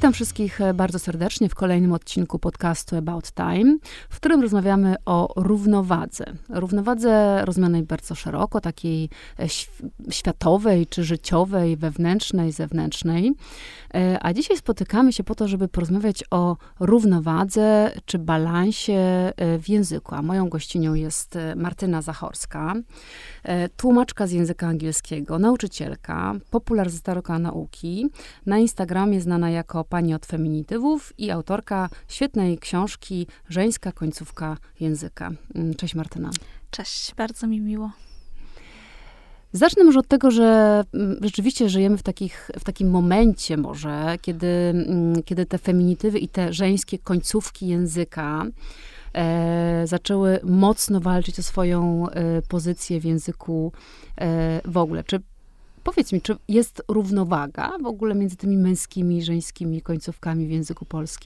Witam wszystkich bardzo serdecznie w kolejnym odcinku podcastu About Time, w którym rozmawiamy o równowadze. Równowadze rozumianej bardzo szeroko, takiej światowej, czy życiowej, wewnętrznej, zewnętrznej. A dzisiaj spotykamy się po to, żeby porozmawiać o równowadze, czy balansie w języku. A moją gościnią jest Martyna Zachorska, tłumaczka z języka angielskiego, nauczycielka, popularyzatorka nauki, na Instagramie znana jako pani od feminitywów i autorka świetnej książki Żeńska końcówka języka. Cześć Martyna. Cześć, bardzo mi miło. Zacznę może od tego, że rzeczywiście żyjemy w takim momencie może, kiedy te feminitywy i te żeńskie końcówki języka zaczęły mocno walczyć o swoją pozycję w języku w ogóle. Powiedz mi, czy jest równowaga w ogóle między tymi męskimi i żeńskimi końcówkami w języku polskim?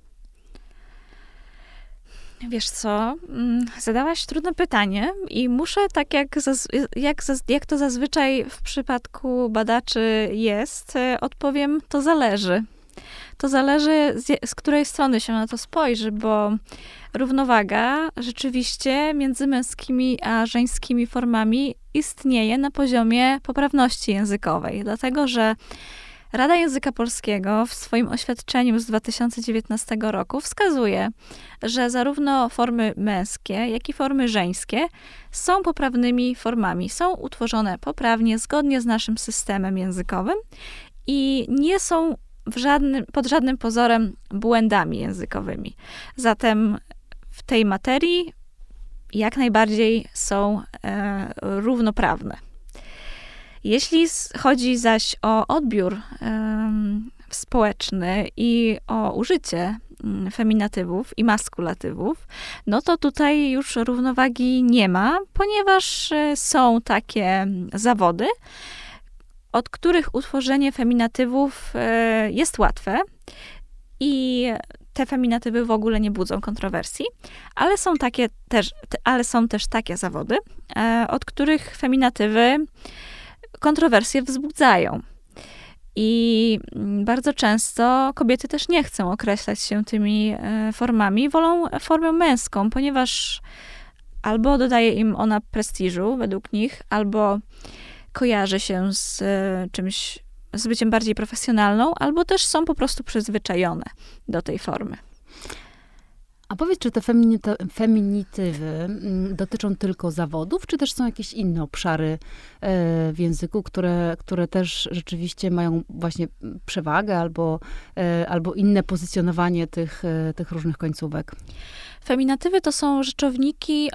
Wiesz co, zadałaś trudne pytanie i muszę, tak jak to zazwyczaj w przypadku badaczy jest, odpowiem, to zależy. To zależy, z której strony się na to spojrzy, bo równowaga rzeczywiście między męskimi a żeńskimi formami istnieje na poziomie poprawności językowej, dlatego że Rada Języka Polskiego w swoim oświadczeniu z 2019 roku wskazuje, że zarówno formy męskie, jak i formy żeńskie są poprawnymi formami, są utworzone poprawnie, zgodnie z naszym systemem językowym i nie są pod żadnym pozorem błędami językowymi. Zatem w tej materii jak najbardziej są równoprawne. Jeśli chodzi zaś o odbiór społeczny i o użycie feminatywów i maskulatywów, no to tutaj już równowagi nie ma, ponieważ są takie zawody, od których utworzenie feminatywów jest łatwe i te feminatywy w ogóle nie budzą kontrowersji, ale są też takie zawody, od których feminatywy kontrowersje wzbudzają. I bardzo często kobiety też nie chcą określać się tymi formami, wolą formę męską, ponieważ albo dodaje im ona prestiżu według nich, albo kojarzy się z czymś, z byciem bardziej profesjonalną, albo też są po prostu przyzwyczajone do tej formy. A powiedz, czy te feminitywy dotyczą tylko zawodów, czy też są jakieś inne obszary w języku, które też rzeczywiście mają właśnie przewagę albo inne pozycjonowanie tych różnych końcówek? Feminatywy to są rzeczowniki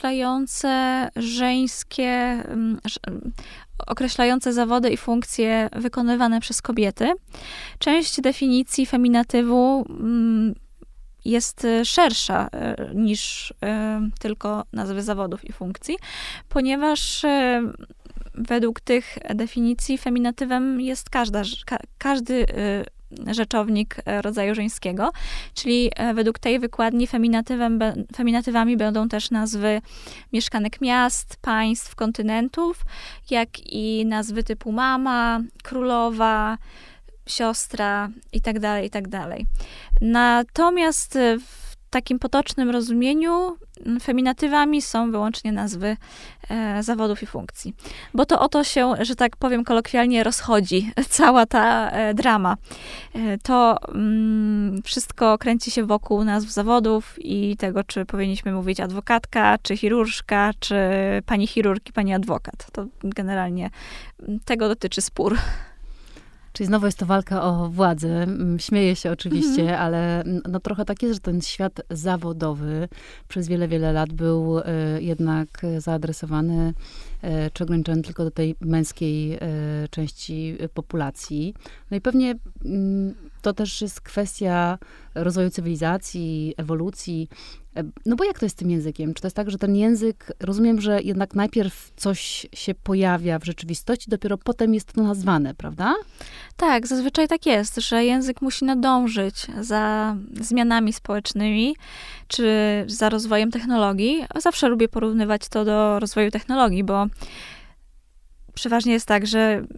określające zawody i funkcje wykonywane przez kobiety. Część definicji feminatywu jest szersza niż tylko nazwy zawodów i funkcji, ponieważ według tych definicji feminatywem jest każdy rzeczownik rodzaju żeńskiego, czyli według tej wykładni feminatywami będą też nazwy mieszkanek miast, państw, kontynentów, jak i nazwy typu mama, królowa, siostra i tak dalej, i tak dalej. Natomiast w takim potocznym rozumieniu feminatywami są wyłącznie nazwy zawodów i funkcji. Bo to o to się, że tak powiem kolokwialnie, rozchodzi cała ta drama. To wszystko kręci się wokół nazw zawodów i tego, czy powinniśmy mówić adwokatka, czy chirurżka, czy pani chirurg i pani adwokat. To generalnie tego dotyczy spór. Czyli znowu jest to walka o władzę. Śmieję się oczywiście, ale no trochę tak jest, że ten świat zawodowy przez wiele, wiele lat był jednak zaadresowany czy ograniczony tylko do tej męskiej części populacji. No i pewnie to też jest kwestia rozwoju cywilizacji, ewolucji. No bo jak to jest z tym językiem? Czy to jest tak, że ten język, rozumiem, że jednak najpierw coś się pojawia w rzeczywistości, dopiero potem jest to nazwane, prawda? Tak, zazwyczaj tak jest, że język musi nadążyć za zmianami społecznymi, czy za rozwojem technologii. Zawsze lubię porównywać to do rozwoju technologii, bo przeważnie jest tak, że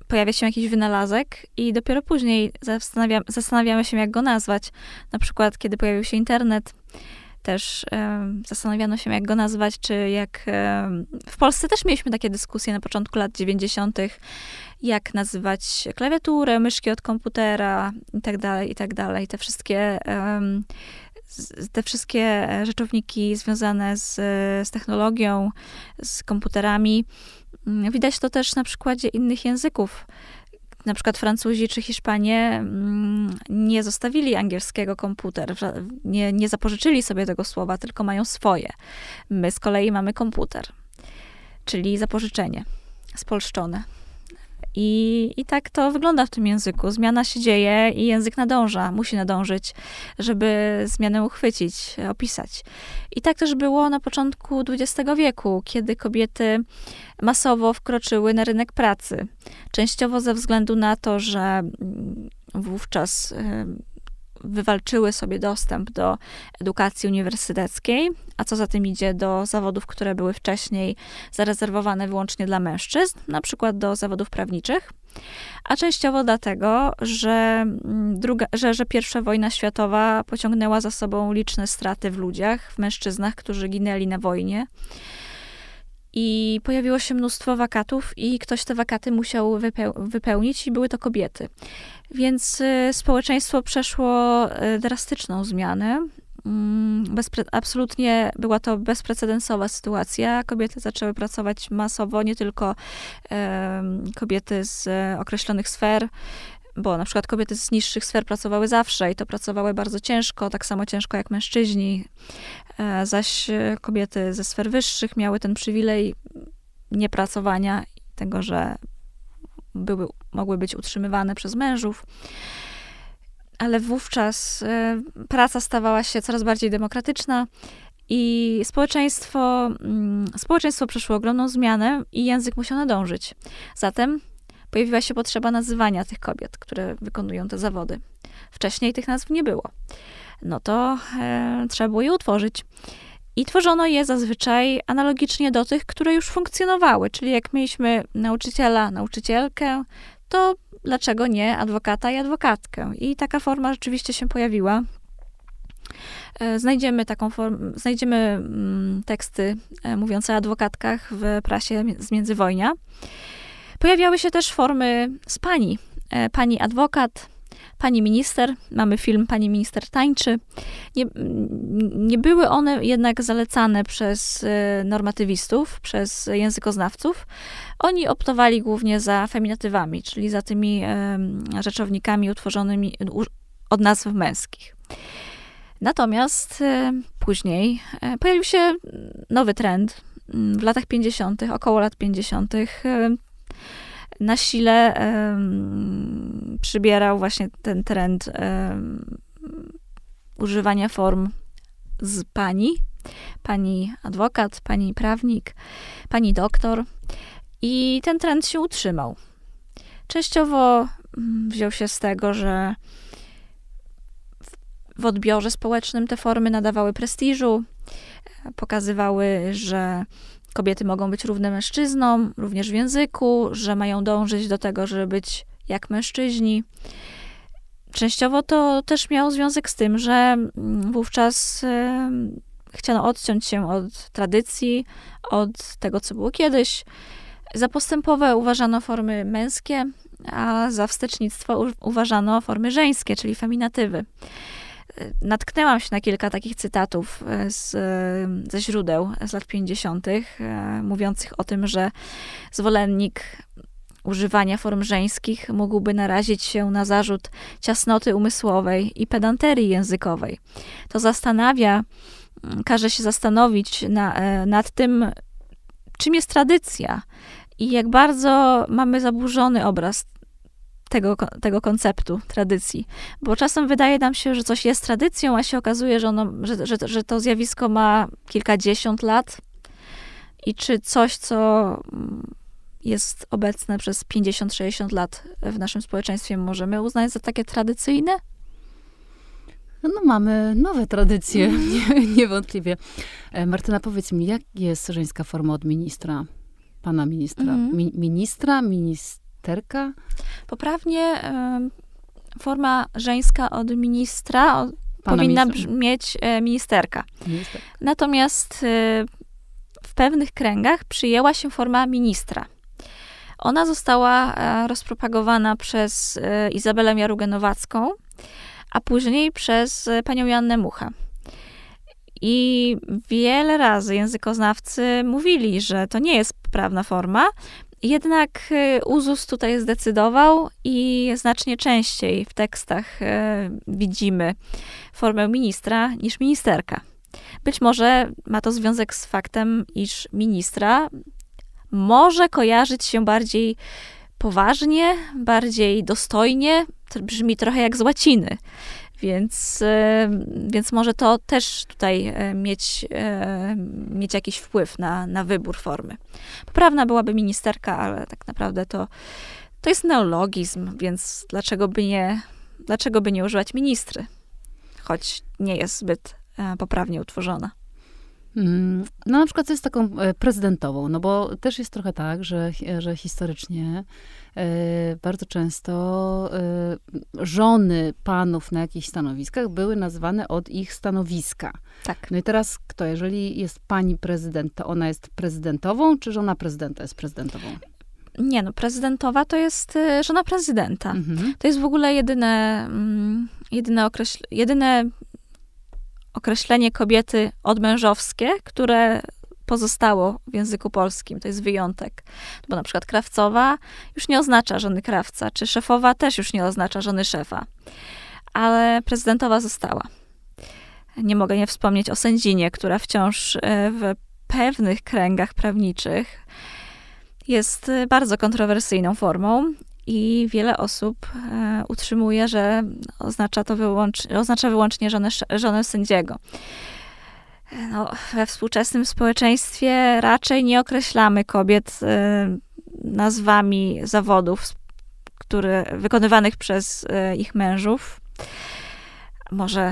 pojawia się jakiś wynalazek i dopiero później zastanawiamy się, jak go nazwać. Na przykład, kiedy pojawił się internet, też zastanawiano się, jak go nazwać, czy jak... w Polsce też mieliśmy takie dyskusje na początku lat 90., jak nazywać klawiaturę, myszki od komputera i tak dalej, i tak dalej. Te wszystkie rzeczowniki związane z technologią, z komputerami. Widać to też na przykładzie innych języków. Na przykład Francuzi czy Hiszpanie nie zostawili angielskiego komputer, nie zapożyczyli sobie tego słowa, tylko mają swoje. My z kolei mamy komputer, czyli zapożyczenie, spolszczone. I tak to wygląda w tym języku. Zmiana się dzieje i język nadąża, musi nadążyć, żeby zmianę uchwycić, opisać. I tak też było na początku XX wieku, kiedy kobiety masowo wkroczyły na rynek pracy. Częściowo ze względu na to, że wówczas wywalczyły sobie dostęp do edukacji uniwersyteckiej, a co za tym idzie do zawodów, które były wcześniej zarezerwowane wyłącznie dla mężczyzn, na przykład do zawodów prawniczych, a częściowo dlatego, że I wojna światowa pociągnęła za sobą liczne straty w ludziach, w mężczyznach, którzy ginęli na wojnie. I pojawiło się mnóstwo wakatów i ktoś te wakaty musiał wypełnić i były to kobiety. Więc społeczeństwo przeszło drastyczną zmianę. Absolutnie była to bezprecedensowa sytuacja. Kobiety zaczęły pracować masowo, nie tylko kobiety z określonych sfer, bo na przykład kobiety z niższych sfer pracowały zawsze i to pracowały bardzo ciężko, tak samo ciężko jak mężczyźni, zaś kobiety ze sfer wyższych miały ten przywilej niepracowania, tego, że mogły być utrzymywane przez mężów. Ale wówczas praca stawała się coraz bardziej demokratyczna i społeczeństwo przeszło ogromną zmianę i język musiał nadążyć. Zatem pojawiła się potrzeba nazywania tych kobiet, które wykonują te zawody. Wcześniej tych nazw nie było. No to trzeba było je utworzyć. I tworzono je zazwyczaj analogicznie do tych, które już funkcjonowały. Czyli jak mieliśmy nauczyciela, nauczycielkę, to dlaczego nie adwokata i adwokatkę? I taka forma rzeczywiście się pojawiła. Znajdziemy teksty mówiące o adwokatkach w prasie z międzywojnia. Pojawiały się też formy z pani. Pani adwokat, pani minister. Mamy film Pani minister tańczy. Nie były one jednak zalecane przez normatywistów, przez językoznawców. Oni optowali głównie za feminatywami, czyli za tymi rzeczownikami utworzonymi od nazw męskich. Natomiast później pojawił się nowy trend w latach 50., około lat 50. Na sile przybierał właśnie ten trend używania form z pani adwokat, pani prawnik, pani doktor. I ten trend się utrzymał. Częściowo wziął się z tego, że w odbiorze społecznym te formy nadawały prestiżu, pokazywały, że kobiety mogą być równe mężczyznom, również w języku, że mają dążyć do tego, żeby być jak mężczyźni. Częściowo to też miało związek z tym, że wówczas chciano odciąć się od tradycji, od tego, co było kiedyś. Za postępowe uważano formy męskie, a za wstecznictwo uważano formy żeńskie, czyli feminatywy. Natknęłam się na kilka takich cytatów ze źródeł z lat 50., mówiących o tym, że zwolennik używania form żeńskich mógłby narazić się na zarzut ciasnoty umysłowej i pedanterii językowej. To każe się zastanowić nad tym, czym jest tradycja i jak bardzo mamy zaburzony obraz tego konceptu tradycji. Bo czasem wydaje nam się, że coś jest tradycją, a się okazuje, że to zjawisko ma kilkadziesiąt lat i czy coś, co jest obecne przez 50-60 lat w naszym społeczeństwie, możemy uznać za takie tradycyjne? No mamy nowe tradycje, niewątpliwie. Martyna, powiedz mi, jak jest żeńska forma od ministra? Pana ministra? Ministra? ministerka? Poprawnie forma żeńska od ministra powinna brzmieć ministerka. Natomiast w pewnych kręgach przyjęła się forma ministra. Ona została rozpropagowana przez Izabelę Jaruga-Nowacką, a później przez panią Joannę Muchę. I wiele razy językoznawcy mówili, że to nie jest poprawna forma, jednak uzus tutaj zdecydował i znacznie częściej w tekstach widzimy formę ministra niż ministerka. Być może ma to związek z faktem, iż ministra może kojarzyć się bardziej poważnie, bardziej dostojnie, to brzmi trochę jak z łaciny. Więc może to też tutaj mieć jakiś wpływ na wybór formy. Poprawna byłaby ministerka, ale tak naprawdę to jest neologizm, więc dlaczego by nie używać ministry? Choć nie jest zbyt poprawnie utworzona. No na przykład jest taką prezydentową, no bo też jest trochę tak, że historycznie bardzo często żony panów na jakichś stanowiskach były nazywane od ich stanowiska. Tak. No i teraz kto, jeżeli jest pani prezydent, to ona jest prezydentową, czy żona prezydenta jest prezydentową? Nie, no prezydentowa to jest żona prezydenta. To jest w ogóle jedyne określenie kobiety odmężowskie, które pozostało w języku polskim. To jest wyjątek. Bo na przykład krawcowa już nie oznacza żony krawca, czy szefowa też już nie oznacza żony szefa. Ale prezydentowa została. Nie mogę nie wspomnieć o sędzinie, która wciąż w pewnych kręgach prawniczych jest bardzo kontrowersyjną formą i wiele osób utrzymuje, że oznacza wyłącznie żonę sędziego. No, we współczesnym społeczeństwie raczej nie określamy kobiet nazwami zawodów, wykonywanych przez ich mężów. Może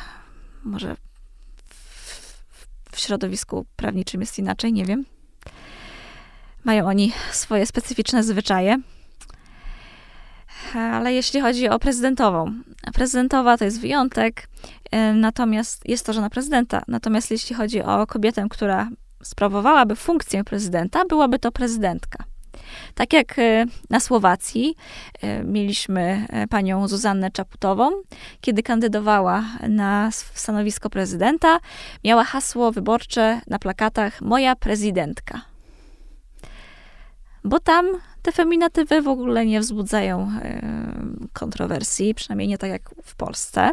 w środowisku prawniczym jest inaczej, nie wiem. Mają oni swoje specyficzne zwyczaje. Ale jeśli chodzi o prezydentowa to jest wyjątek, natomiast jest to żona prezydenta. Natomiast jeśli chodzi o kobietę, która sprawowałaby funkcję prezydenta, byłaby to prezydentka. Tak jak na Słowacji mieliśmy panią Zuzannę Czaputową, kiedy kandydowała na stanowisko prezydenta, miała hasło wyborcze na plakatach „Moja prezydentka”. Bo tam te feminatywy w ogóle nie wzbudzają kontrowersji, przynajmniej nie tak jak w Polsce.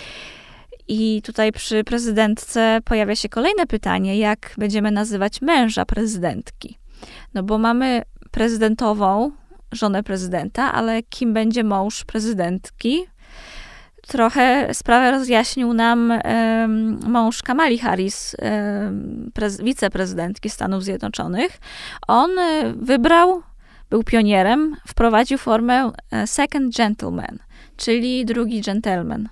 I tutaj przy prezydentce pojawia się kolejne pytanie, jak będziemy nazywać męża prezydentki. No bo mamy prezydentową, żonę prezydenta, ale kim będzie mąż prezydentki? Trochę sprawę rozjaśnił nam mąż Kamali Harris, wiceprezydentki Stanów Zjednoczonych. On był pionierem, wprowadził formę second gentleman, czyli drugi gentleman.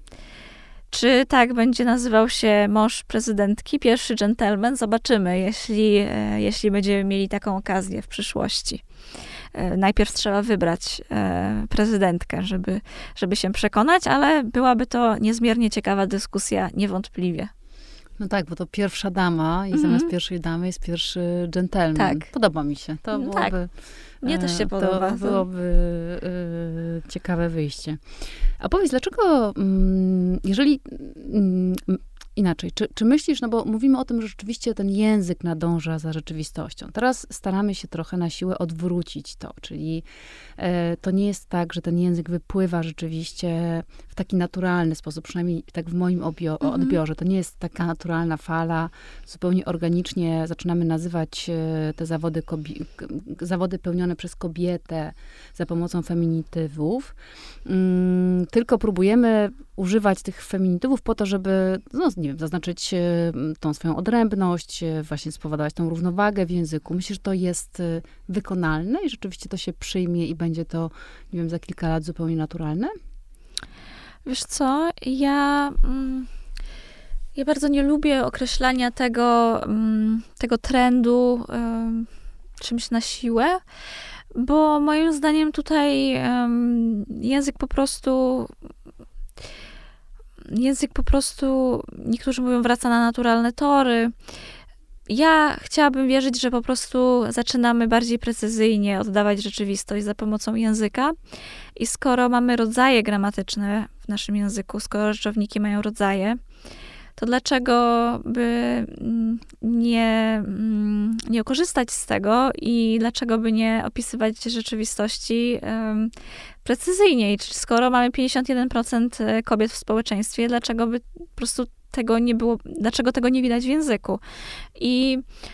Czy tak będzie nazywał się mąż prezydentki, pierwszy gentleman? Zobaczymy, jeśli będziemy mieli taką okazję w przyszłości. Najpierw trzeba wybrać prezydentkę, żeby się przekonać, ale byłaby to niezmiernie ciekawa dyskusja, niewątpliwie. No tak, bo to pierwsza dama i zamiast pierwszej damy jest pierwszy dżentelmen. Tak. Podoba mi się. To byłoby... Tak. Mnie też się podoba. To byłoby ciekawe wyjście. A powiedz, dlaczego, jeżeli... Inaczej, czy myślisz, no bo mówimy o tym, że rzeczywiście ten język nadąża za rzeczywistością. Teraz staramy się trochę na siłę odwrócić to, czyli to nie jest tak, że ten język wypływa rzeczywiście w taki naturalny sposób, przynajmniej tak w moim odbiorze. To nie jest taka naturalna fala, zupełnie organicznie zaczynamy nazywać te zawody pełnione przez kobietę za pomocą feminitywów, tylko próbujemy używać tych feminitywów po to, żeby, no nie wiem, zaznaczyć tą swoją odrębność, właśnie spowodować tą równowagę w języku. Myślę, że to jest wykonalne i rzeczywiście to się przyjmie i będzie to, nie wiem, za kilka lat zupełnie naturalne? Wiesz co, ja bardzo nie lubię określania tego trendu czymś na siłę, bo moim zdaniem tutaj język po prostu, niektórzy mówią, wraca na naturalne tory. Ja chciałabym wierzyć, że po prostu zaczynamy bardziej precyzyjnie oddawać rzeczywistość za pomocą języka. I skoro mamy rodzaje gramatyczne w naszym języku, skoro rzeczowniki mają rodzaje, to dlaczego by nie korzystać z tego i dlaczego by nie opisywać rzeczywistości precyzyjniej? Czyli skoro mamy 51% kobiet w społeczeństwie, dlaczego by po prostu tego nie było, dlaczego tego nie widać w języku? I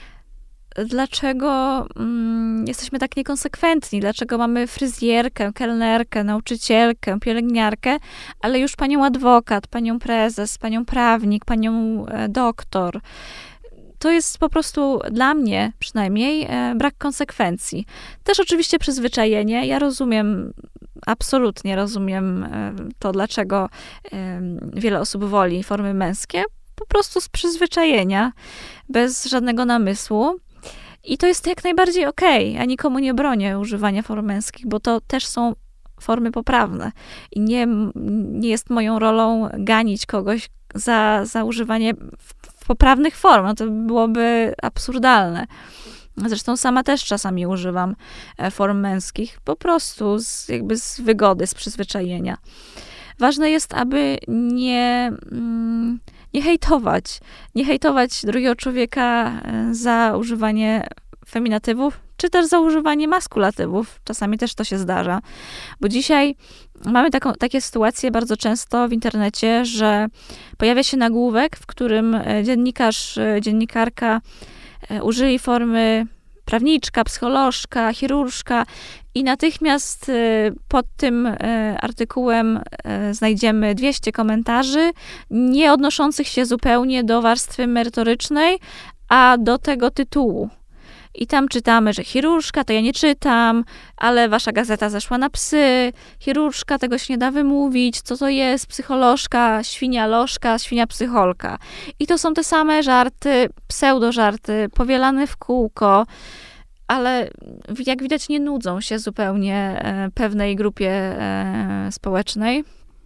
dlaczego jesteśmy tak niekonsekwentni? Dlaczego mamy fryzjerkę, kelnerkę, nauczycielkę, pielęgniarkę, ale już panią adwokat, panią prezes, panią prawnik, panią doktor? To jest po prostu dla mnie przynajmniej brak konsekwencji. Też oczywiście przyzwyczajenie. Ja absolutnie rozumiem to, dlaczego wiele osób woli formy męskie. Po prostu z przyzwyczajenia, bez żadnego namysłu. I to jest jak najbardziej okej. Ja nikomu nie bronię używania form męskich, bo to też są formy poprawne. I nie jest moją rolą ganić kogoś za używanie poprawnych form. No to byłoby absurdalne. Zresztą sama też czasami używam form męskich, po prostu z wygody, z przyzwyczajenia. Ważne jest, aby nie hejtować. Nie hejtować drugiego człowieka za używanie feminatywów, czy też za używanie maskulatywów. Czasami też to się zdarza. Bo dzisiaj mamy takie sytuacje bardzo często w internecie, że pojawia się nagłówek, w którym dziennikarz, dziennikarka użyli formy prawniczka, psycholożka, chirurżka i natychmiast pod tym artykułem znajdziemy 200 komentarzy, nie odnoszących się zupełnie do warstwy merytorycznej, a do tego tytułu. I tam czytamy, że chirurżka, to ja nie czytam, ale wasza gazeta zeszła na psy, chirurżka, tego się nie da wymówić, co to jest, psycholożka, świnia lożka, świnia psycholka. I to są te same żarty, pseudożarty, powielane w kółko, ale jak widać nie nudzą się zupełnie pewnej grupie społecznej.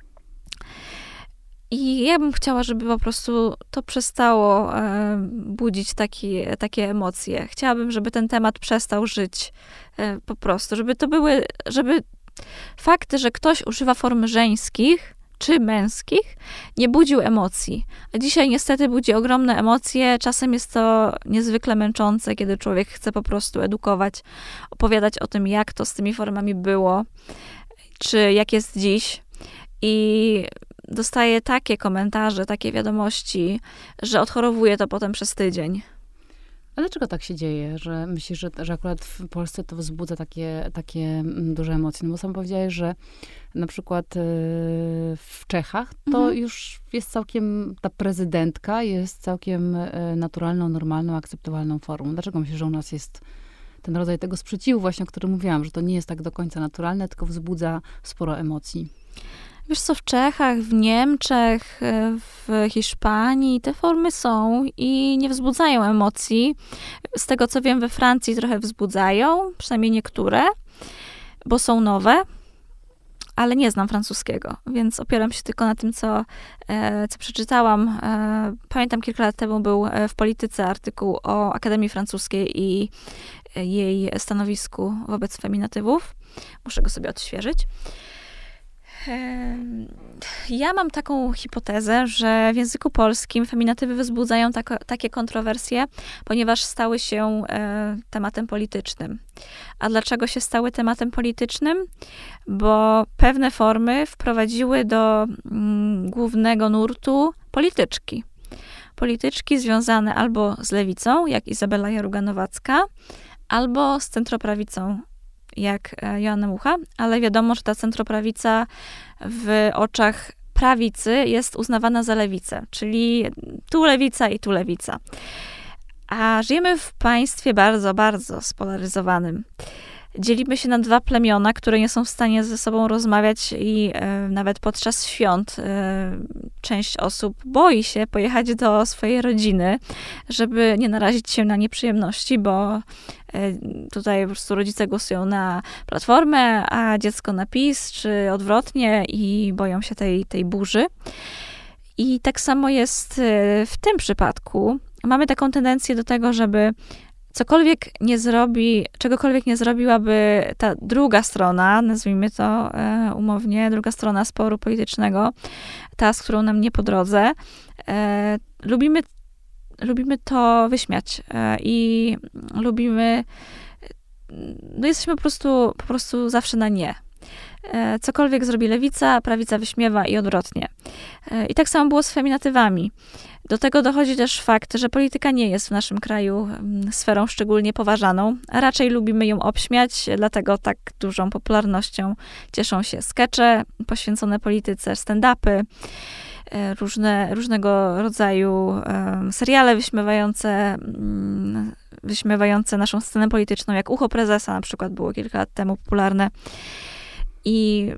I ja bym chciała, żeby po prostu to przestało budzić takie emocje. Chciałabym, żeby ten temat przestał żyć po prostu. Żeby fakt, że ktoś używa form żeńskich czy męskich, nie budził emocji. A dzisiaj niestety budzi ogromne emocje. Czasem jest to niezwykle męczące, kiedy człowiek chce po prostu edukować, opowiadać o tym, jak to z tymi formami było, czy jak jest dziś. I dostaję takie komentarze, takie wiadomości, że odchorowuje to potem przez tydzień. A dlaczego tak się dzieje, że myślisz, że akurat w Polsce to wzbudza takie duże emocje? No bo sam powiedziałeś, że na przykład w Czechach to już jest całkiem, ta prezydentka jest całkiem naturalną, normalną, akceptowalną formą. Dlaczego myślisz, że u nas jest ten rodzaj tego sprzeciwu właśnie, o którym mówiłam, że to nie jest tak do końca naturalne, tylko wzbudza sporo emocji? Wiesz co, w Czechach, w Niemczech, w Hiszpanii te formy są i nie wzbudzają emocji. Z tego co wiem, we Francji trochę wzbudzają, przynajmniej niektóre, bo są nowe, ale nie znam francuskiego, więc opieram się tylko na tym, co przeczytałam. Pamiętam, kilka lat temu był w Polityce artykuł o Akademii Francuskiej i jej stanowisku wobec feminatywów. Muszę go sobie odświeżyć. Ja mam taką hipotezę, że w języku polskim feminatywy wzbudzają takie kontrowersje, ponieważ stały się tematem politycznym. A dlaczego się stały tematem politycznym? Bo pewne formy wprowadziły do głównego nurtu polityczki. Polityczki związane albo z lewicą, jak Izabela Jaruga-Nowacka, albo z centroprawicą, jak Joanna Mucha, ale wiadomo, że ta centroprawica w oczach prawicy jest uznawana za lewicę, czyli tu lewica i tu lewica. A żyjemy w państwie bardzo, bardzo spolaryzowanym. dzielimy się na 2 plemiona, które nie są w stanie ze sobą rozmawiać i nawet podczas świąt część osób boi się pojechać do swojej rodziny, żeby nie narazić się na nieprzyjemności, bo tutaj po prostu rodzice głosują na Platformę, a dziecko na PiS, czy odwrotnie i boją się tej burzy. I tak samo jest w tym przypadku. Mamy taką tendencję do tego, żeby czegokolwiek nie zrobiłaby ta druga strona, nazwijmy to umownie, druga strona sporu politycznego, ta, z którą nam nie po drodze, lubimy to wyśmiać i jesteśmy po prostu zawsze na nie. Cokolwiek zrobi lewica, prawica wyśmiewa i odwrotnie. I tak samo było z feminatywami. Do tego dochodzi też fakt, że polityka nie jest w naszym kraju sferą szczególnie poważaną, a raczej lubimy ją obśmiać, dlatego tak dużą popularnością cieszą się skecze poświęcone polityce, stand-upy, różnego rodzaju seriale wyśmiewające naszą scenę polityczną, jak Ucho Prezesa na przykład było kilka lat temu popularne. I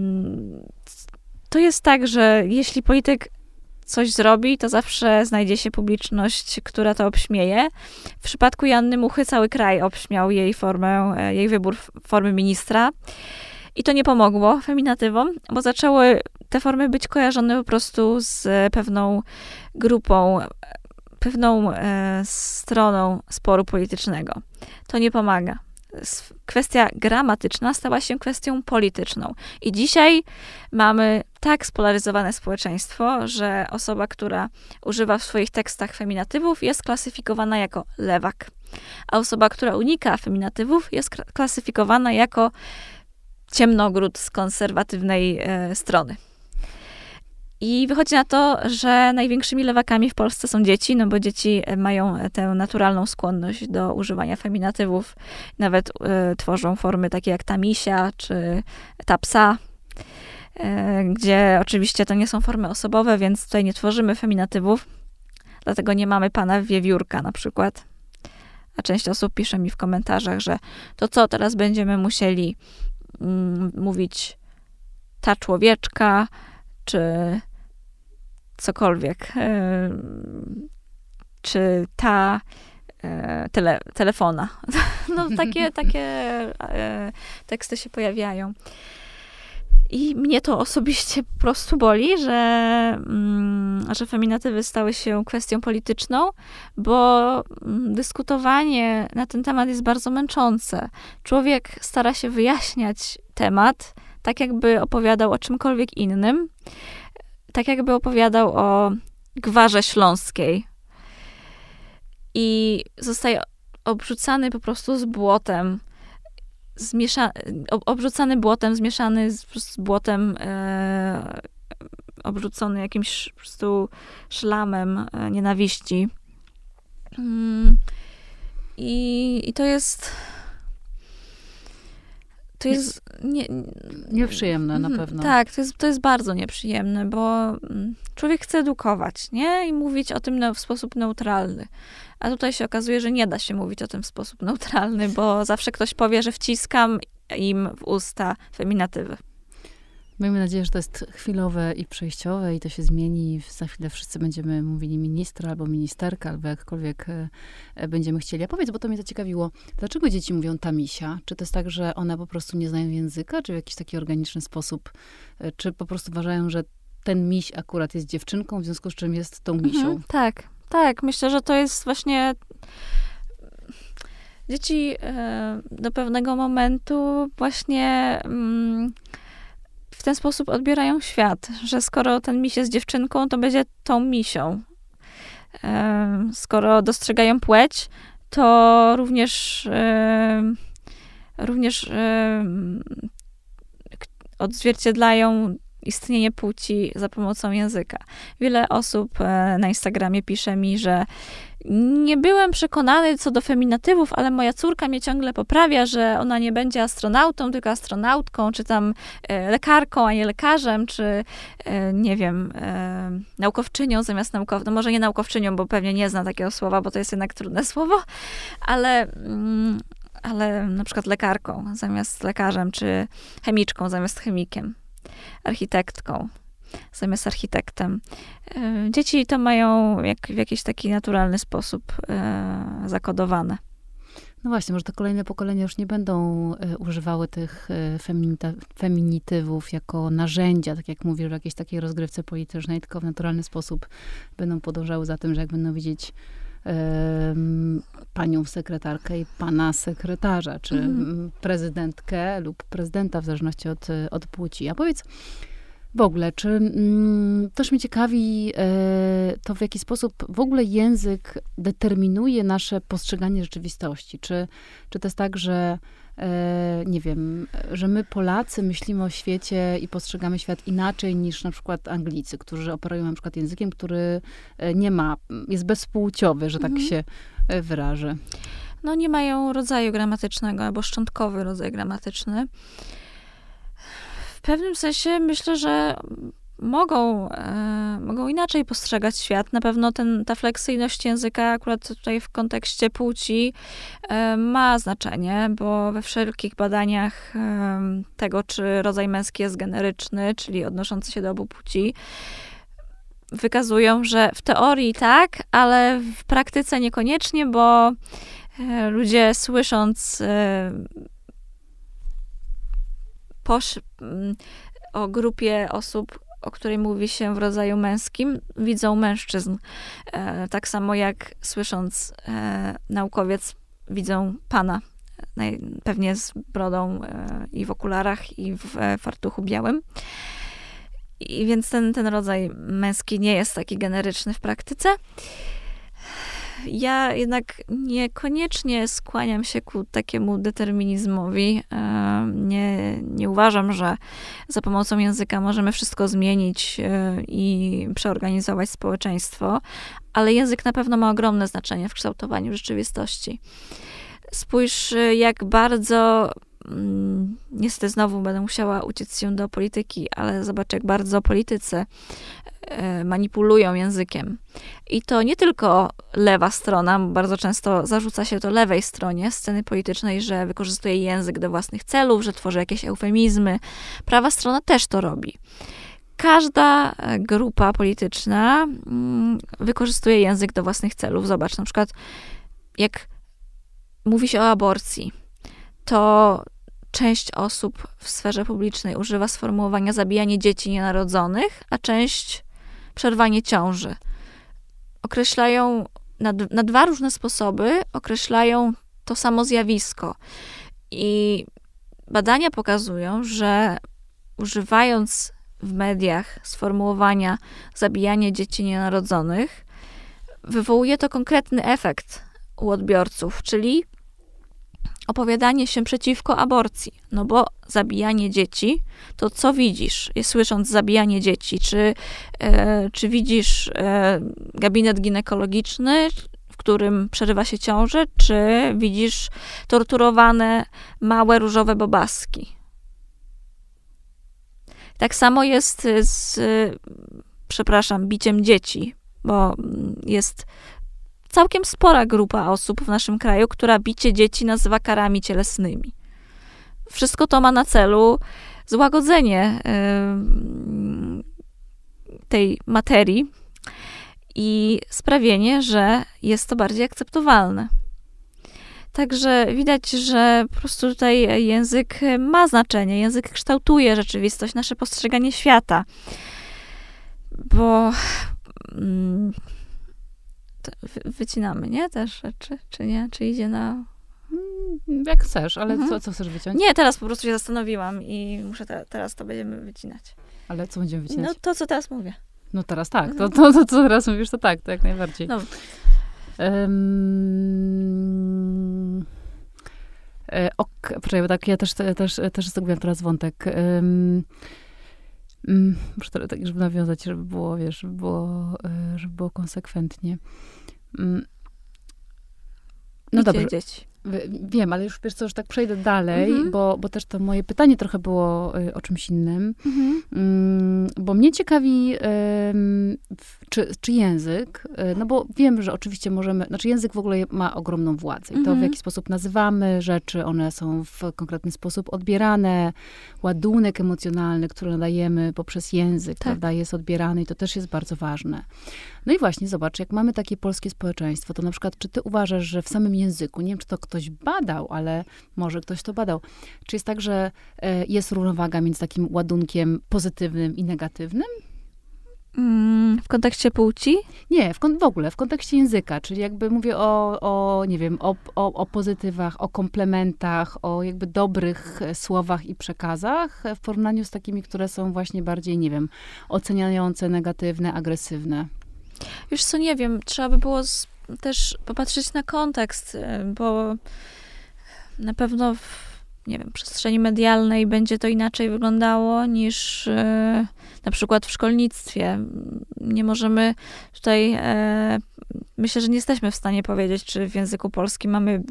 to jest tak, że jeśli polityk coś zrobi, to zawsze znajdzie się publiczność, która to obśmieje. W przypadku Joanny Muchy cały kraj obśmiał jej wybór formy ministra. I to nie pomogło feminatywom, bo zaczęły te formy być kojarzone po prostu z pewną grupą, pewną stroną sporu politycznego. To nie pomaga. Kwestia gramatyczna stała się kwestią polityczną. I dzisiaj mamy tak spolaryzowane społeczeństwo, że osoba, która używa w swoich tekstach feminatywów, jest klasyfikowana jako lewak. A osoba, która unika feminatywów, jest klasyfikowana jako ciemnogród z konserwatywnej strony. I wychodzi na to, że największymi lewakami w Polsce są dzieci, no bo dzieci mają tę naturalną skłonność do używania feminatywów. Nawet tworzą formy takie jak ta misia, czy ta psa, gdzie oczywiście to nie są formy osobowe, więc tutaj nie tworzymy feminatywów. Dlatego nie mamy pana wiewiórka na przykład. A część osób pisze mi w komentarzach, że to co, teraz będziemy musieli mówić ta człowieczka, czy cokolwiek, czy ta telefona. No takie teksty się pojawiają. I mnie to osobiście po prostu boli, że feminatywy stały się kwestią polityczną, bo dyskutowanie na ten temat jest bardzo męczące. Człowiek stara się wyjaśniać temat, tak jakby opowiadał o czymkolwiek innym, tak jakby opowiadał o gwarze śląskiej. I zostaje obrzucany po prostu z błotem, obrzucany błotem, zmieszany z błotem, obrzucony jakimś po prostu szlamem nienawiści. I to jest nieprzyjemne na pewno. Tak, to jest bardzo nieprzyjemne, bo człowiek chce edukować, nie? I mówić o tym w sposób neutralny. A tutaj się okazuje, że nie da się mówić o tym w sposób neutralny, bo zawsze ktoś powie, że wciskam im w usta feminatywy. Miejmy nadzieję, że to jest chwilowe i przejściowe i to się zmieni. Za chwilę wszyscy będziemy mówili ministra albo ministerka, albo jakkolwiek będziemy chcieli. A powiedz, bo to mnie zaciekawiło, dlaczego dzieci mówią tamisia? Czy to jest tak, że one po prostu nie znają języka, czy w jakiś taki organiczny sposób, czy po prostu uważają, że ten miś akurat jest dziewczynką, w związku z czym jest tą misią? Tak. Myślę, że to jest właśnie... Dzieci do pewnego momentu właśnie... w ten sposób odbierają świat, że skoro ten miś jest dziewczynką, to będzie tą misią. Skoro dostrzegają płeć, to również odzwierciedlają istnienie płci za pomocą języka. Wiele osób na Instagramie pisze mi, że nie byłem przekonany co do feminatywów, ale moja córka mnie ciągle poprawia, że ona nie będzie astronautą, tylko astronautką, czy tam lekarką, a nie lekarzem, czy nie wiem, naukowczynią zamiast naukowcą. No może nie naukowczynią, bo pewnie nie zna takiego słowa, bo to jest jednak trudne słowo, ale ale na przykład lekarką zamiast lekarzem, czy chemiczką zamiast chemikiem, architektką zamiast architektem. Dzieci to mają w jakiś taki naturalny sposób zakodowane. No właśnie, może te kolejne pokolenia już nie będą używały tych feminitywów jako narzędzia, tak jak mówisz, w jakiejś takiej rozgrywce politycznej, tylko w naturalny sposób będą podążały za tym, że jak będą widzieć panią sekretarkę i pana sekretarza, czy prezydentkę lub prezydenta, w zależności od płci. A powiedz w ogóle, czy też mnie ciekawi to, w jaki sposób w ogóle język determinuje nasze postrzeganie rzeczywistości. Czy to jest tak, że nie wiem, że my Polacy myślimy o świecie i postrzegamy świat inaczej niż na przykład Anglicy, którzy operują na przykład językiem, który jest bezpłciowy, że tak się wyrażę. No nie mają rodzaju gramatycznego albo szczątkowy rodzaj gramatyczny. W pewnym sensie myślę, że mogą inaczej postrzegać świat. Na pewno ta fleksyjność języka akurat tutaj w kontekście płci ma znaczenie, bo we wszelkich badaniach tego, czy rodzaj męski jest generyczny, czyli odnoszący się do obu płci, wykazują, że w teorii tak, ale w praktyce niekoniecznie, bo ludzie słysząc o grupie osób, o której mówi się w rodzaju męskim, widzą mężczyzn. Tak samo jak słysząc naukowiec, widzą pana. Pewnie z brodą i w okularach, i w fartuchu białym. I więc ten rodzaj męski nie jest taki generyczny w praktyce. Ja jednak niekoniecznie skłaniam się ku takiemu determinizmowi. Nie uważam, że za pomocą języka możemy wszystko zmienić i przeorganizować społeczeństwo, ale język na pewno ma ogromne znaczenie w kształtowaniu rzeczywistości. Spójrz, jak bardzo, niestety znowu będę musiała uciec się do polityki, ale zobacz, jak bardzo politycy manipulują językiem. I to nie tylko lewa strona, bo bardzo często zarzuca się to lewej stronie sceny politycznej, że wykorzystuje język do własnych celów, że tworzy jakieś eufemizmy. Prawa strona też to robi. Każda grupa polityczna wykorzystuje język do własnych celów. Zobacz, na przykład jak mówi się o aborcji, to część osób w sferze publicznej używa sformułowania zabijanie dzieci nienarodzonych, a część przerwanie ciąży. Określają na dwa różne sposoby, określają to samo zjawisko. I badania pokazują, że używając w mediach sformułowania zabijanie dzieci nienarodzonych, wywołuje to konkretny efekt u odbiorców, czyli opowiadanie się przeciwko aborcji. No bo zabijanie dzieci, to co widzisz, słysząc zabijanie dzieci? Czy widzisz gabinet ginekologiczny, w którym przerywa się ciążę, czy widzisz torturowane małe różowe bobaski? Tak samo jest z, biciem dzieci, bo jest całkiem spora grupa osób w naszym kraju, która bicie dzieci nazywa karami cielesnymi. Wszystko to ma na celu złagodzenie tej materii i sprawienie, że jest to bardziej akceptowalne. Także widać, że po prostu tutaj język ma znaczenie. Język kształtuje rzeczywistość, nasze postrzeganie świata. Bo wycinamy, nie? Też rzeczy, czy nie? Czy idzie na... Jak chcesz, ale co chcesz wyciąć? Nie, teraz po prostu się zastanowiłam i muszę teraz to będziemy wycinać. Ale co będziemy wycinać? No to, co teraz mówię. No teraz tak. To co teraz mówisz, to tak, to jak najbardziej. No. Poczekaj, bo tak, ja też zgubiłam teraz wątek. Muszę tak, żeby nawiązać, żeby było, wiesz, żeby było konsekwentnie. No bicie dobrze. dzieci. Wiem, ale już wiesz co, już tak przejdę dalej, bo też to moje pytanie trochę było o czymś innym. Bo mnie ciekawi, czy język, no bo wiem, że oczywiście język w ogóle ma ogromną władzę. I to, w jaki sposób nazywamy rzeczy, one są w konkretny sposób odbierane, ładunek emocjonalny, który nadajemy poprzez język, prawda, jest odbierany i to też jest bardzo ważne. No i właśnie, zobacz, jak mamy takie polskie społeczeństwo, to na przykład, czy ty uważasz, że w samym języku, nie wiem, czy to ktoś badał, ale może ktoś to badał, czy jest tak, że jest równowaga między takim ładunkiem pozytywnym i negatywnym? W kontekście płci? Nie, w ogóle, w kontekście języka, czyli jakby mówię nie wiem, o pozytywach, o komplementach, o jakby dobrych słowach i przekazach w porównaniu z takimi, które są właśnie bardziej, nie wiem, oceniające, negatywne, agresywne. Już co, nie wiem, trzeba by było też popatrzeć na kontekst, bo na pewno nie wiem, przestrzeni medialnej będzie to inaczej wyglądało niż na przykład w szkolnictwie. Nie możemy tutaj, myślę, że nie jesteśmy w stanie powiedzieć, czy w języku polskim mamy,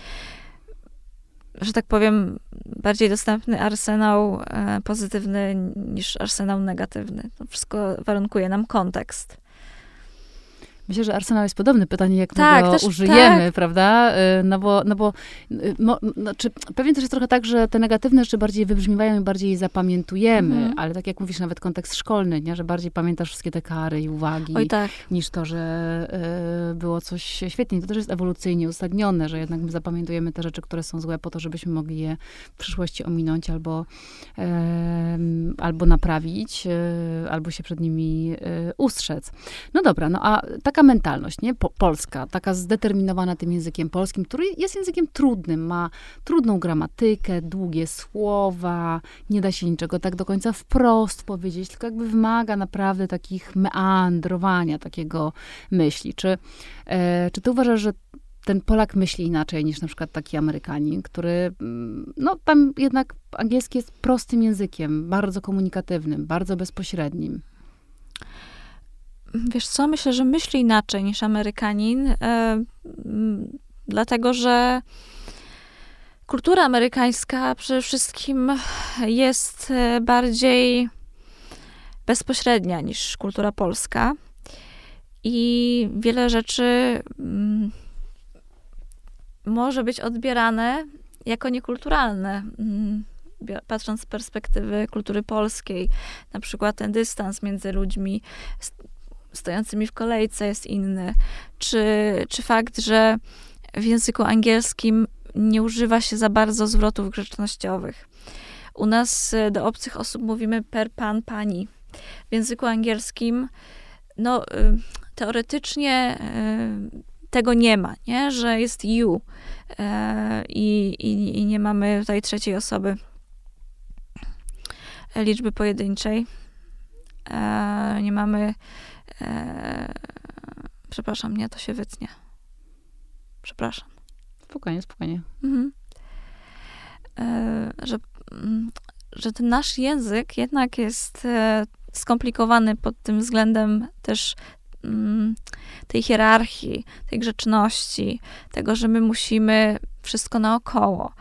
że tak powiem, bardziej dostępny arsenał pozytywny niż arsenał negatywny. To wszystko warunkuje nam kontekst. Myślę, że arsenał jest podobne. Pytanie, jak my go użyjemy, prawda? Pewnie też jest trochę tak, że te negatywne rzeczy bardziej wybrzmiewają i bardziej je zapamiętujemy, ale tak jak mówisz, nawet kontekst szkolny, nie? Że bardziej pamiętasz wszystkie te kary i uwagi, niż to, że było coś świetnie. To też jest ewolucyjnie uzasadnione, że jednak my zapamiętujemy te rzeczy, które są złe, po to, żebyśmy mogli je w przyszłości ominąć albo naprawić, albo się przed nimi ustrzec. No dobra, no a taka mentalność, nie? Polska, taka zdeterminowana tym językiem polskim, który jest językiem trudnym, ma trudną gramatykę, długie słowa, nie da się niczego tak do końca wprost powiedzieć, tylko jakby wymaga naprawdę takich meandrowania, takiego myśli. Czy ty uważasz, że ten Polak myśli inaczej niż na przykład taki Amerykanin, który, no tam jednak angielski jest prostym językiem, bardzo komunikatywnym, bardzo bezpośrednim? Wiesz co, myślę, że myśli inaczej niż Amerykanin, dlatego, że kultura amerykańska przede wszystkim jest bardziej bezpośrednia niż kultura polska i wiele rzeczy może być odbierane jako niekulturalne. Patrząc z perspektywy kultury polskiej, na przykład ten dystans między ludźmi stojącymi w kolejce jest inny, czy fakt, że w języku angielskim nie używa się za bardzo zwrotów grzecznościowych. U nas do obcych osób mówimy per, pan, pani. W języku angielskim, no, teoretycznie tego nie ma, nie? Że jest you i nie mamy tutaj trzeciej osoby liczby pojedynczej. Nie mamy przepraszam, nie, to się wytnie. Przepraszam. Spokojnie. Że ten nasz język jednak jest skomplikowany pod tym względem też tej hierarchii, tej grzeczności, tego, że my musimy wszystko naokoło,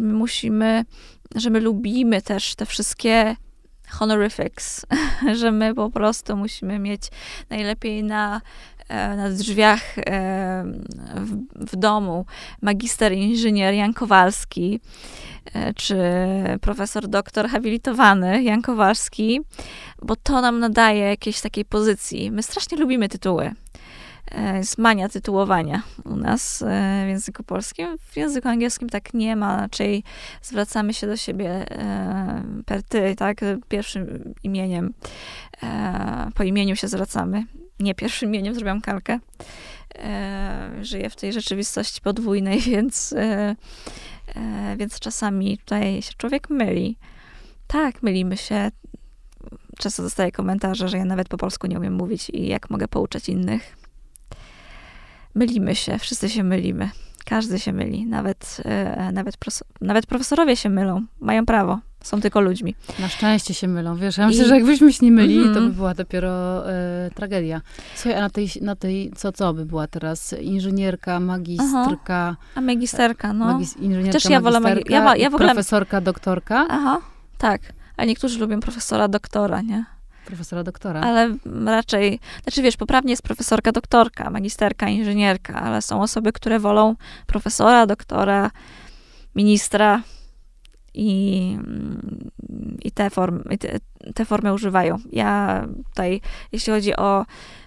że my lubimy też te wszystkie honorifics, że my po prostu musimy mieć najlepiej na drzwiach w domu magister inżynier Jan Kowalski, czy profesor doktor habilitowany Jan Kowalski, bo to nam nadaje jakiejś takiej pozycji. My strasznie lubimy tytuły. Jest mania tytułowania u nas w języku polskim. W języku angielskim tak nie ma, raczej zwracamy się do siebie per ty, tak, pierwszym imieniem. Po imieniu się zwracamy. Nie pierwszym imieniem, zrobiłam kalkę. Żyję w tej rzeczywistości podwójnej, więc czasami tutaj się człowiek myli. Tak, mylimy się. Często dostaję komentarze, że ja nawet po polsku nie umiem mówić i jak mogę pouczać innych. Mylimy się, wszyscy się mylimy. Każdy się myli, nawet profesorowie się mylą, mają prawo. są tylko ludźmi. Na szczęście się mylą, wiesz, ja myślę, że jakbyśmy się nie mylili, to by była dopiero tragedia. Słuchaj, a na tej co by była teraz? Inżynierka, magistrka. A magisterka, no. Inżynierka, Chociaż ja wolę ja w ogóle... profesorka, doktorka. Aha, tak. A niektórzy lubią profesora, doktora, nie? Profesora, doktora. Ale raczej, znaczy wiesz, poprawnie jest profesorka, doktorka, magisterka, inżynierka, ale są osoby, które wolą profesora, doktora, ministra i te formy używają. Ja tutaj, jeśli chodzi o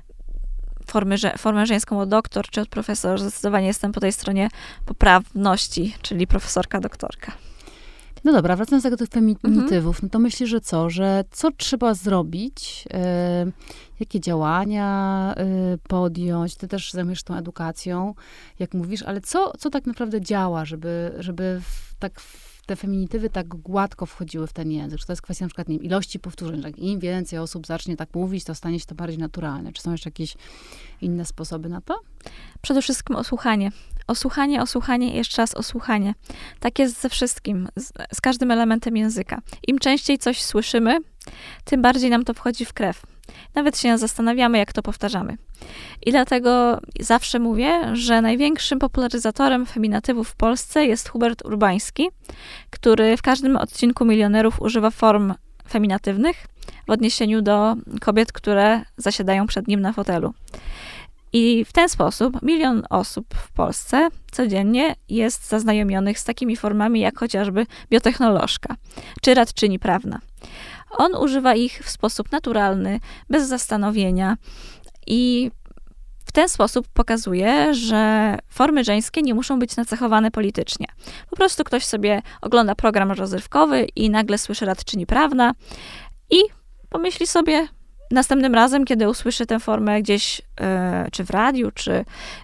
formę żeńską od doktor czy od profesor, zdecydowanie jestem po tej stronie poprawności, czyli profesorka, doktorka. No dobra, wracając do tych feminitywów, no to myślisz, że co trzeba zrobić, jakie działania podjąć, ty też zajmujesz się tą edukacją, jak mówisz, ale co tak naprawdę działa, żeby te feminitywy tak gładko wchodziły w ten język? Czy to jest kwestia na przykład, nie wiem, ilości powtórzeń, że im więcej osób zacznie tak mówić, to stanie się to bardziej naturalne. Czy są jeszcze jakieś inne sposoby na to? Przede wszystkim osłuchanie. Osłuchanie i jeszcze raz osłuchanie. Tak jest ze wszystkim, z każdym elementem języka. Im częściej coś słyszymy, tym bardziej nam to wchodzi w krew. Nawet się zastanawiamy, jak to powtarzamy. I dlatego zawsze mówię, że największym popularyzatorem feminatywów w Polsce jest Hubert Urbański, który w każdym odcinku Milionerów używa form feminatywnych w odniesieniu do kobiet, które zasiadają przed nim na fotelu. I w ten sposób 1 milion osób w Polsce codziennie jest zaznajomionych z takimi formami, jak chociażby biotechnolożka czy radczyni prawna. On używa ich w sposób naturalny, bez zastanowienia i w ten sposób pokazuje, że formy żeńskie nie muszą być nacechowane politycznie. Po prostu ktoś sobie ogląda program rozrywkowy i nagle słyszy radczyni prawna i pomyśli sobie następnym razem, kiedy usłyszy tę formę gdzieś, czy w radiu, czy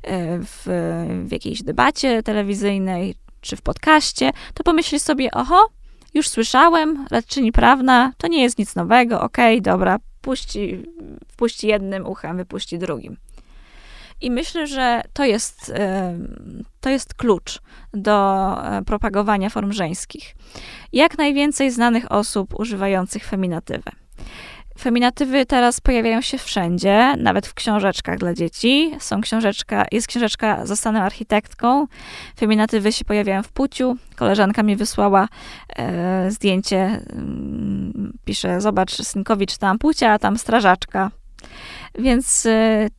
w jakiejś debacie telewizyjnej, czy w podcaście, to pomyśli sobie, oho, już słyszałem, radczyni prawna, to nie jest nic nowego, okej, dobra, wpuści jednym uchem, wypuści drugim. I myślę, że to jest klucz do propagowania form żeńskich. Jak najwięcej znanych osób używających feminatywy. Feminatywy teraz pojawiają się wszędzie, nawet w książeczkach dla dzieci. Jest książeczka Zostanę architektką. Feminatywy się pojawiają w Puciu. Koleżanka mi wysłała zdjęcie. Pisze, zobacz, synkowi czytałam Pucia, a tam strażaczka. Więc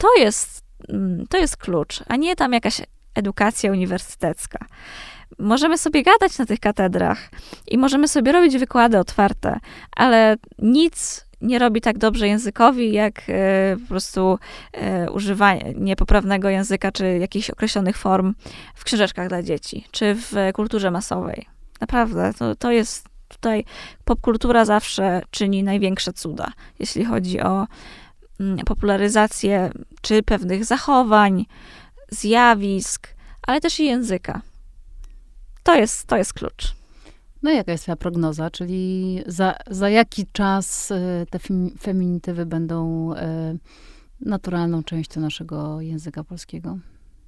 to jest klucz, a nie tam jakaś edukacja uniwersytecka. Możemy sobie gadać na tych katedrach i możemy sobie robić wykłady otwarte, ale nic nie robi tak dobrze językowi, jak po prostu używanie niepoprawnego języka, czy jakichś określonych form w książeczkach dla dzieci, czy w kulturze masowej. Naprawdę, to jest tutaj, popkultura zawsze czyni największe cuda, jeśli chodzi o popularyzację, czy pewnych zachowań, zjawisk, ale też i języka. To jest klucz. No i jaka jest twoja prognoza? Czyli za jaki czas te feminitywy będą naturalną częścią naszego języka polskiego?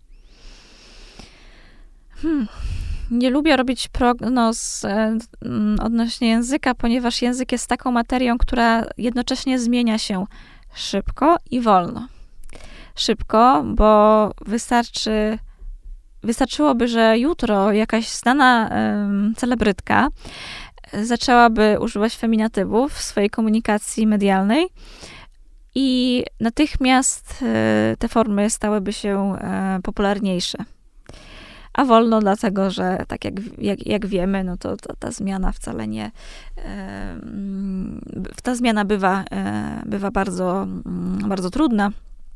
Nie lubię robić prognoz odnośnie języka, ponieważ język jest taką materią, która jednocześnie zmienia się szybko i wolno. Szybko, bo wystarczyłoby, że jutro jakaś znana celebrytka zaczęłaby używać feminatywów w swojej komunikacji medialnej i natychmiast te formy stałyby się popularniejsze. A wolno dlatego, że tak jak wiemy, no to ta zmiana wcale nie... Ta zmiana bywa bardzo, bardzo trudna.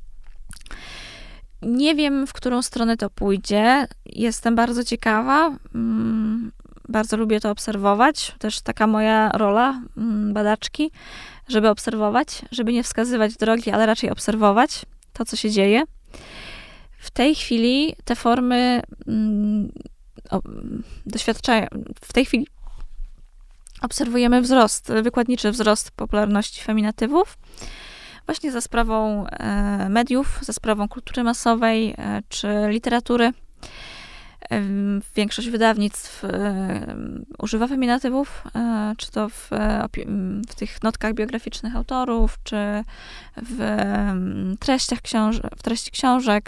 Nie wiem, w którą stronę to pójdzie. Jestem bardzo ciekawa. Bardzo lubię to obserwować. Też taka moja rola badaczki, żeby obserwować, żeby nie wskazywać drogi, ale raczej obserwować to, co się dzieje. W tej chwili te formy doświadczają... W tej chwili obserwujemy wykładniczy wzrost popularności feminatywów. Właśnie za sprawą mediów, za sprawą kultury masowej czy literatury. Większość wydawnictw używa feminatywów, czy to w tych notkach biograficznych autorów, czy w treści książek.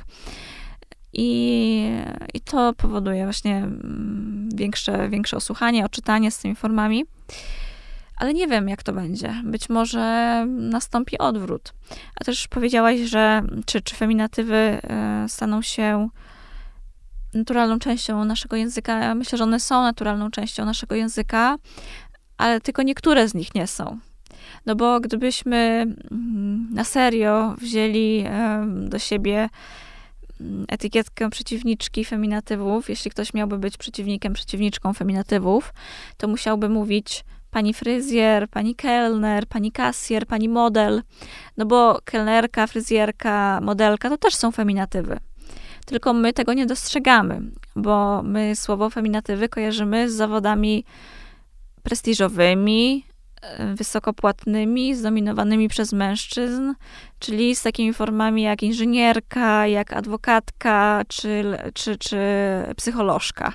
I to powoduje właśnie większe osłuchanie, oczytanie z tymi formami. Ale nie wiem, jak to będzie. Być może nastąpi odwrót. A też powiedziałaś, że czy feminatywy staną się naturalną częścią naszego języka. Ja myślę, że one są naturalną częścią naszego języka, ale tylko niektóre z nich nie są. No bo gdybyśmy na serio wzięli do siebie etykietkę przeciwniczki feminatywów, jeśli ktoś miałby być przeciwniczką feminatywów, to musiałby mówić pani fryzjer, pani kelner, pani kasjer, pani model. No bo kelnerka, fryzjerka, modelka to też są feminatywy. Tylko my tego nie dostrzegamy, bo my słowo feminatywy kojarzymy z zawodami prestiżowymi, wysokopłatnymi, zdominowanymi przez mężczyzn, czyli z takimi formami jak inżynierka, jak adwokatka, czy psycholożka.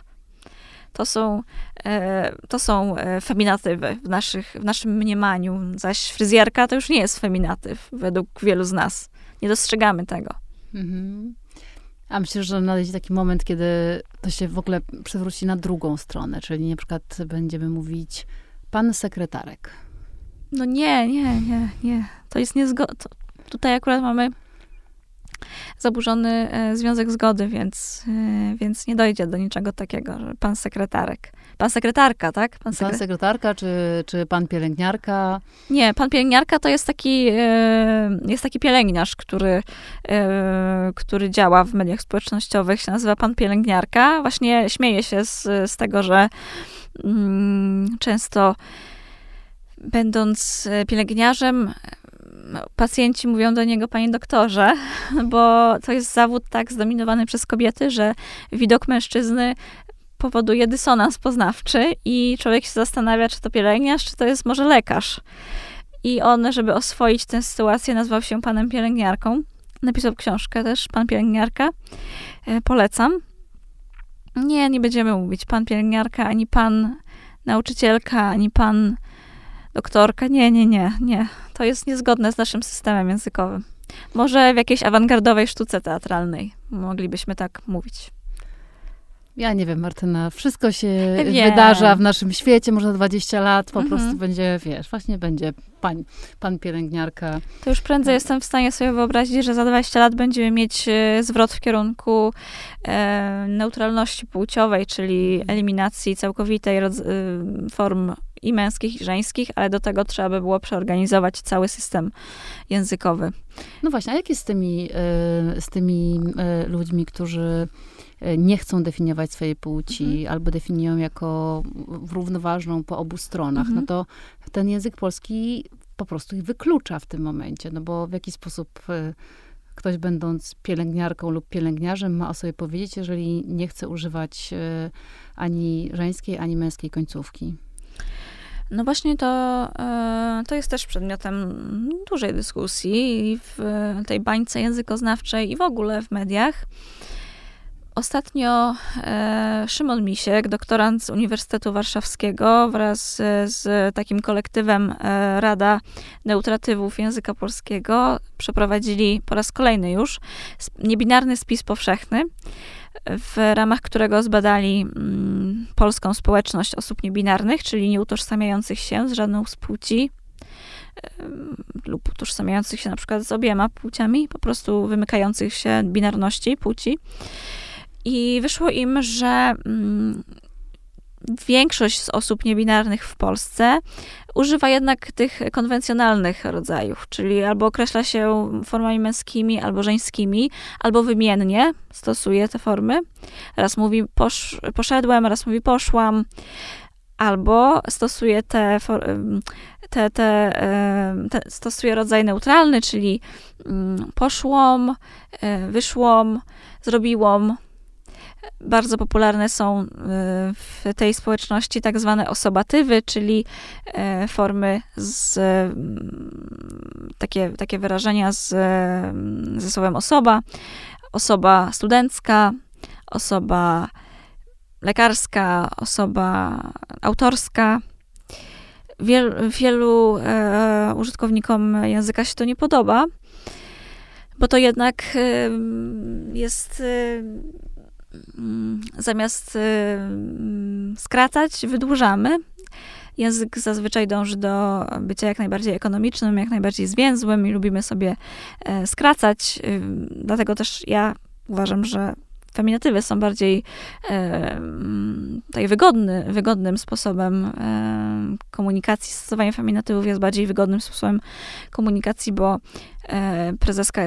To są feminatywy w naszym mniemaniu, zaś fryzjerka to już nie jest feminatyw, według wielu z nas. Nie dostrzegamy tego. Mhm. A myślę, że nadejdzie taki moment, kiedy to się w ogóle przewróci na drugą stronę, czyli na przykład będziemy mówić pan sekretarek. No nie. To jest niezgodne. Tutaj akurat mamy zaburzony związek zgody, więc nie dojdzie do niczego takiego, że pan sekretarek. Pan sekretarka, tak? Pan sekretarka, czy pan pielęgniarka? Nie, pan pielęgniarka to jest taki pielęgniarz, który działa w mediach społecznościowych, się nazywa pan pielęgniarka. Właśnie śmieje się z tego, że często będąc pielęgniarzem, pacjenci mówią do niego panie doktorze, bo to jest zawód tak zdominowany przez kobiety, że widok mężczyzny powoduje dysonans poznawczy i człowiek się zastanawia, czy to pielęgniarz, czy to jest może lekarz. I on, żeby oswoić tę sytuację, nazwał się panem pielęgniarką. Napisał książkę też, pan pielęgniarka. Polecam. Nie będziemy mówić pan pielęgniarka, ani pan nauczycielka, ani pan doktorka. Nie. To jest niezgodne z naszym systemem językowym. Może w jakiejś awangardowej sztuce teatralnej moglibyśmy tak mówić. Ja nie wiem, Martyna, wszystko się wydarza w naszym świecie, może za 20 lat po prostu będzie, właśnie będzie pan pielęgniarka. To już prędzej jestem w stanie sobie wyobrazić, że za 20 lat będziemy mieć zwrot w kierunku neutralności płciowej, czyli eliminacji całkowitej form i męskich, i żeńskich, ale do tego trzeba by było przeorganizować cały system językowy. No właśnie, a jak jest z tymi ludźmi, którzy nie chcą definiować swojej płci, albo definiują jako równoważną po obu stronach, no to ten język polski po prostu ich wyklucza w tym momencie, no bo w jaki sposób ktoś będąc pielęgniarką lub pielęgniarzem ma o sobie powiedzieć, jeżeli nie chce używać ani żeńskiej, ani męskiej końcówki? No właśnie to jest też przedmiotem dużej dyskusji w tej bańce językoznawczej i w ogóle w mediach. Ostatnio Szymon Misiek, doktorant z Uniwersytetu Warszawskiego, wraz z takim kolektywem Rada Neutratywów Języka Polskiego przeprowadzili po raz kolejny już niebinarny spis powszechny, w ramach którego zbadali polską społeczność osób niebinarnych, czyli nieutożsamiających się z żadną z płci lub utożsamiających się na przykład z obiema płciami, po prostu wymykających się binarności płci. I wyszło im, że większość z osób niebinarnych w Polsce używa jednak tych konwencjonalnych rodzajów, czyli albo określa się formami męskimi, albo żeńskimi, albo wymiennie stosuje te formy. Raz mówi poszedłem, raz mówi poszłam, albo stosuje stosuje rodzaj neutralny, czyli poszłam, wyszłam, zrobiłam. Bardzo popularne są w tej społeczności tak zwane osobatywy, czyli formy takie wyrażenia ze słowem osoba, osoba studencka, osoba lekarska, osoba autorska. Wielu użytkownikom języka się to nie podoba, bo to jednak jest zamiast skracać, wydłużamy. Język zazwyczaj dąży do bycia jak najbardziej ekonomicznym, jak najbardziej zwięzłym i lubimy sobie skracać. Dlatego też ja uważam, że feminatywy są bardziej wygodnym sposobem komunikacji. Stosowanie feminatywów jest bardziej wygodnym sposobem komunikacji, bo prezeska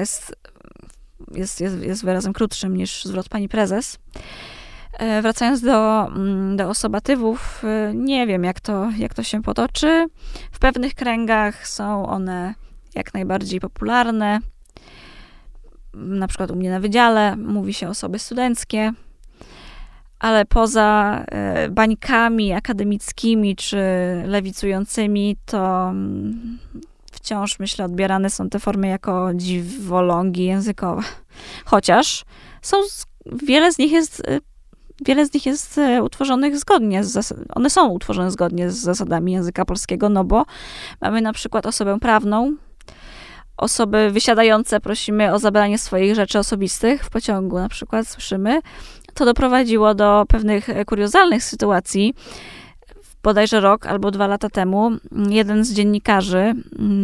jest wyrazem krótszym niż zwrot pani prezes. Wracając do osobatywów, nie wiem, jak to się potoczy. W pewnych kręgach są one jak najbardziej popularne. Na przykład u mnie na wydziale mówi się osoby studenckie, ale poza bańkami akademickimi czy lewicującymi, to wciąż, myślę, odbierane są te formy jako dziwolągi językowe. Chociaż wiele z nich jest utworzonych zgodnie one są utworzone zgodnie z zasadami języka polskiego, no bo mamy na przykład osobę prawną, osoby wysiadające prosimy o zabranie swoich rzeczy osobistych w pociągu, na przykład słyszymy. To doprowadziło do pewnych kuriozalnych sytuacji. Bodajże rok albo 2 lata temu jeden z dziennikarzy,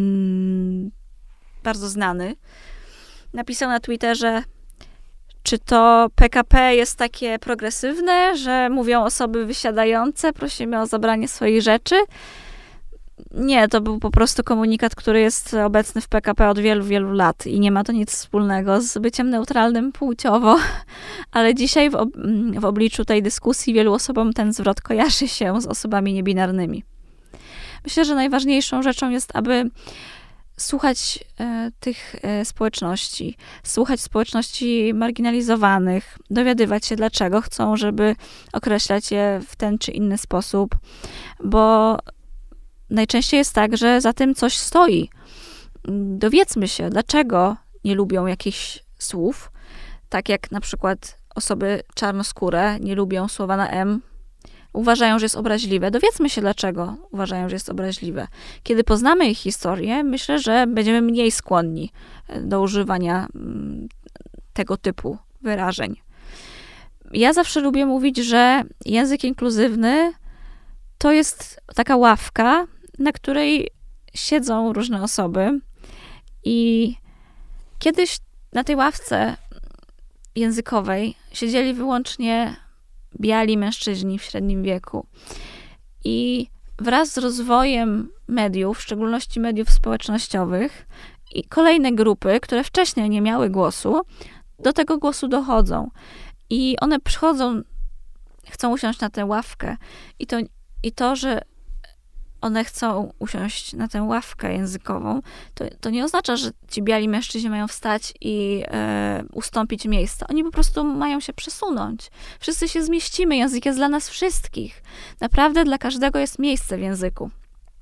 bardzo znany, napisał na Twitterze, czy to PKP jest takie progresywne, że mówią osoby wysiadające, prosimy o zabranie swoich rzeczy. Nie, to był po prostu komunikat, który jest obecny w PKP od wielu, wielu lat i nie ma to nic wspólnego z byciem neutralnym płciowo, ale dzisiaj w obliczu tej dyskusji wielu osobom ten zwrot kojarzy się z osobami niebinarnymi. Myślę, że najważniejszą rzeczą jest, aby słuchać tych społeczności, słuchać społeczności marginalizowanych, dowiadywać się, dlaczego chcą, żeby określać je w ten czy inny sposób, bo najczęściej jest tak, że za tym coś stoi. Dowiedzmy się, dlaczego nie lubią jakichś słów, tak jak na przykład osoby czarnoskóre nie lubią słowa na M, uważają, że jest obraźliwe. Dowiedzmy się, dlaczego uważają, że jest obraźliwe. Kiedy poznamy ich historię, myślę, że będziemy mniej skłonni do używania tego typu wyrażeń. Ja zawsze lubię mówić, że język inkluzywny to jest taka ławka, na której siedzą różne osoby i kiedyś na tej ławce językowej siedzieli wyłącznie biali mężczyźni w średnim wieku. I wraz z rozwojem mediów, w szczególności mediów społecznościowych, i kolejne grupy, które wcześniej nie miały głosu, do tego głosu dochodzą. I one przychodzą, chcą usiąść na tę ławkę. I to, że one chcą usiąść na tę ławkę językową, to nie oznacza, że ci biali mężczyźni mają wstać i ustąpić miejsca. Oni po prostu mają się przesunąć. Wszyscy się zmieścimy. Język jest dla nas wszystkich. Naprawdę dla każdego jest miejsce w języku.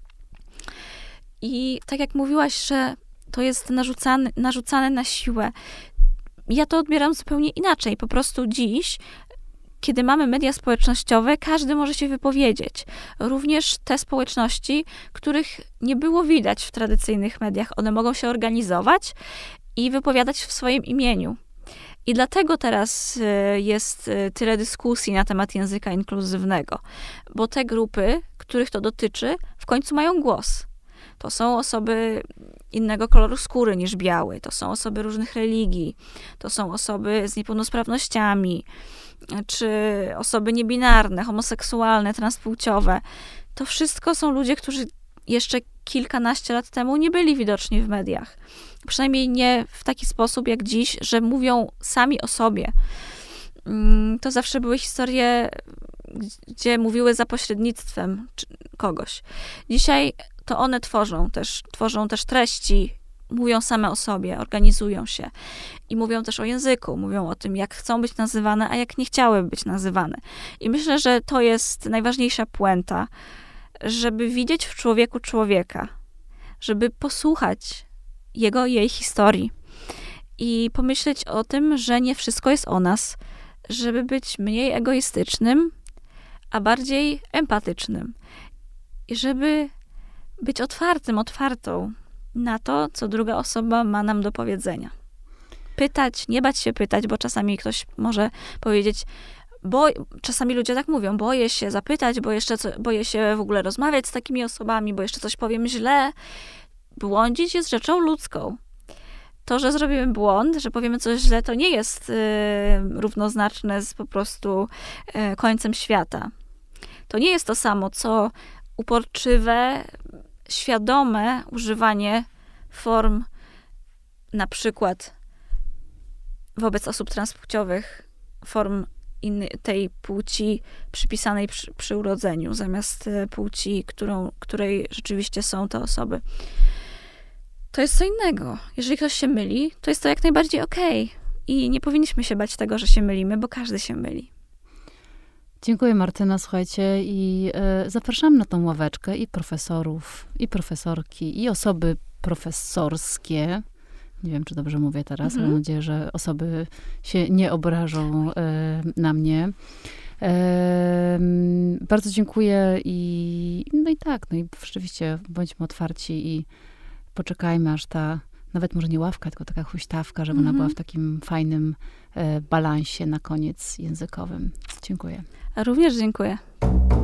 I tak jak mówiłaś, że to jest narzucane na siłę, ja to odbieram zupełnie inaczej. Po prostu dziś, kiedy mamy media społecznościowe, każdy może się wypowiedzieć. Również te społeczności, których nie było widać w tradycyjnych mediach. One mogą się organizować i wypowiadać w swoim imieniu. I dlatego teraz jest tyle dyskusji na temat języka inkluzywnego. Bo te grupy, których to dotyczy, w końcu mają głos. To są osoby innego koloru skóry niż biały. To są osoby różnych religii. To są osoby z niepełnosprawnościami. Czy osoby niebinarne, homoseksualne, transpłciowe. To wszystko są ludzie, którzy jeszcze kilkanaście lat temu nie byli widoczni w mediach. Przynajmniej nie w taki sposób jak dziś, że mówią sami o sobie. To zawsze były historie, gdzie mówiły za pośrednictwem kogoś. Dzisiaj to one tworzą też treści, mówią same o sobie, organizują się i mówią też o języku, mówią o tym, jak chcą być nazywane, a jak nie chciałyby być nazywane. I myślę, że to jest najważniejsza puenta, żeby widzieć w człowieku człowieka, żeby posłuchać jej historii i pomyśleć o tym, że nie wszystko jest o nas, żeby być mniej egoistycznym a bardziej empatycznym. I żeby być otwartą na to, co druga osoba ma nam do powiedzenia. Pytać, nie bać się pytać, bo czasami ktoś może powiedzieć, czasami ludzie tak mówią, boję się zapytać, boję się w ogóle rozmawiać z takimi osobami, bo jeszcze coś powiem źle. Błądzić jest rzeczą ludzką. To, że zrobimy błąd, że powiemy coś źle, to nie jest równoznaczne z po prostu końcem świata. To nie jest to samo, co uporczywe, świadome używanie form, na przykład wobec osób transpłciowych, form tej płci przypisanej przy urodzeniu, zamiast płci, której rzeczywiście są te osoby. To jest co innego. Jeżeli ktoś się myli, to jest to jak najbardziej okej. I nie powinniśmy się bać tego, że się mylimy, bo każdy się myli. Dziękuję, Martyna, słuchajcie, i zapraszam na tą ławeczkę i profesorów, i profesorki, i osoby profesorskie. Nie wiem, czy dobrze mówię teraz, ale mam nadzieję, że osoby się nie obrażą na mnie. Bardzo dziękuję i rzeczywiście bądźmy otwarci i poczekajmy, aż ta, nawet może nie ławka, tylko taka huśtawka, żeby ona była w takim fajnym balansie na koniec językowym. Dziękuję. Również dziękuję.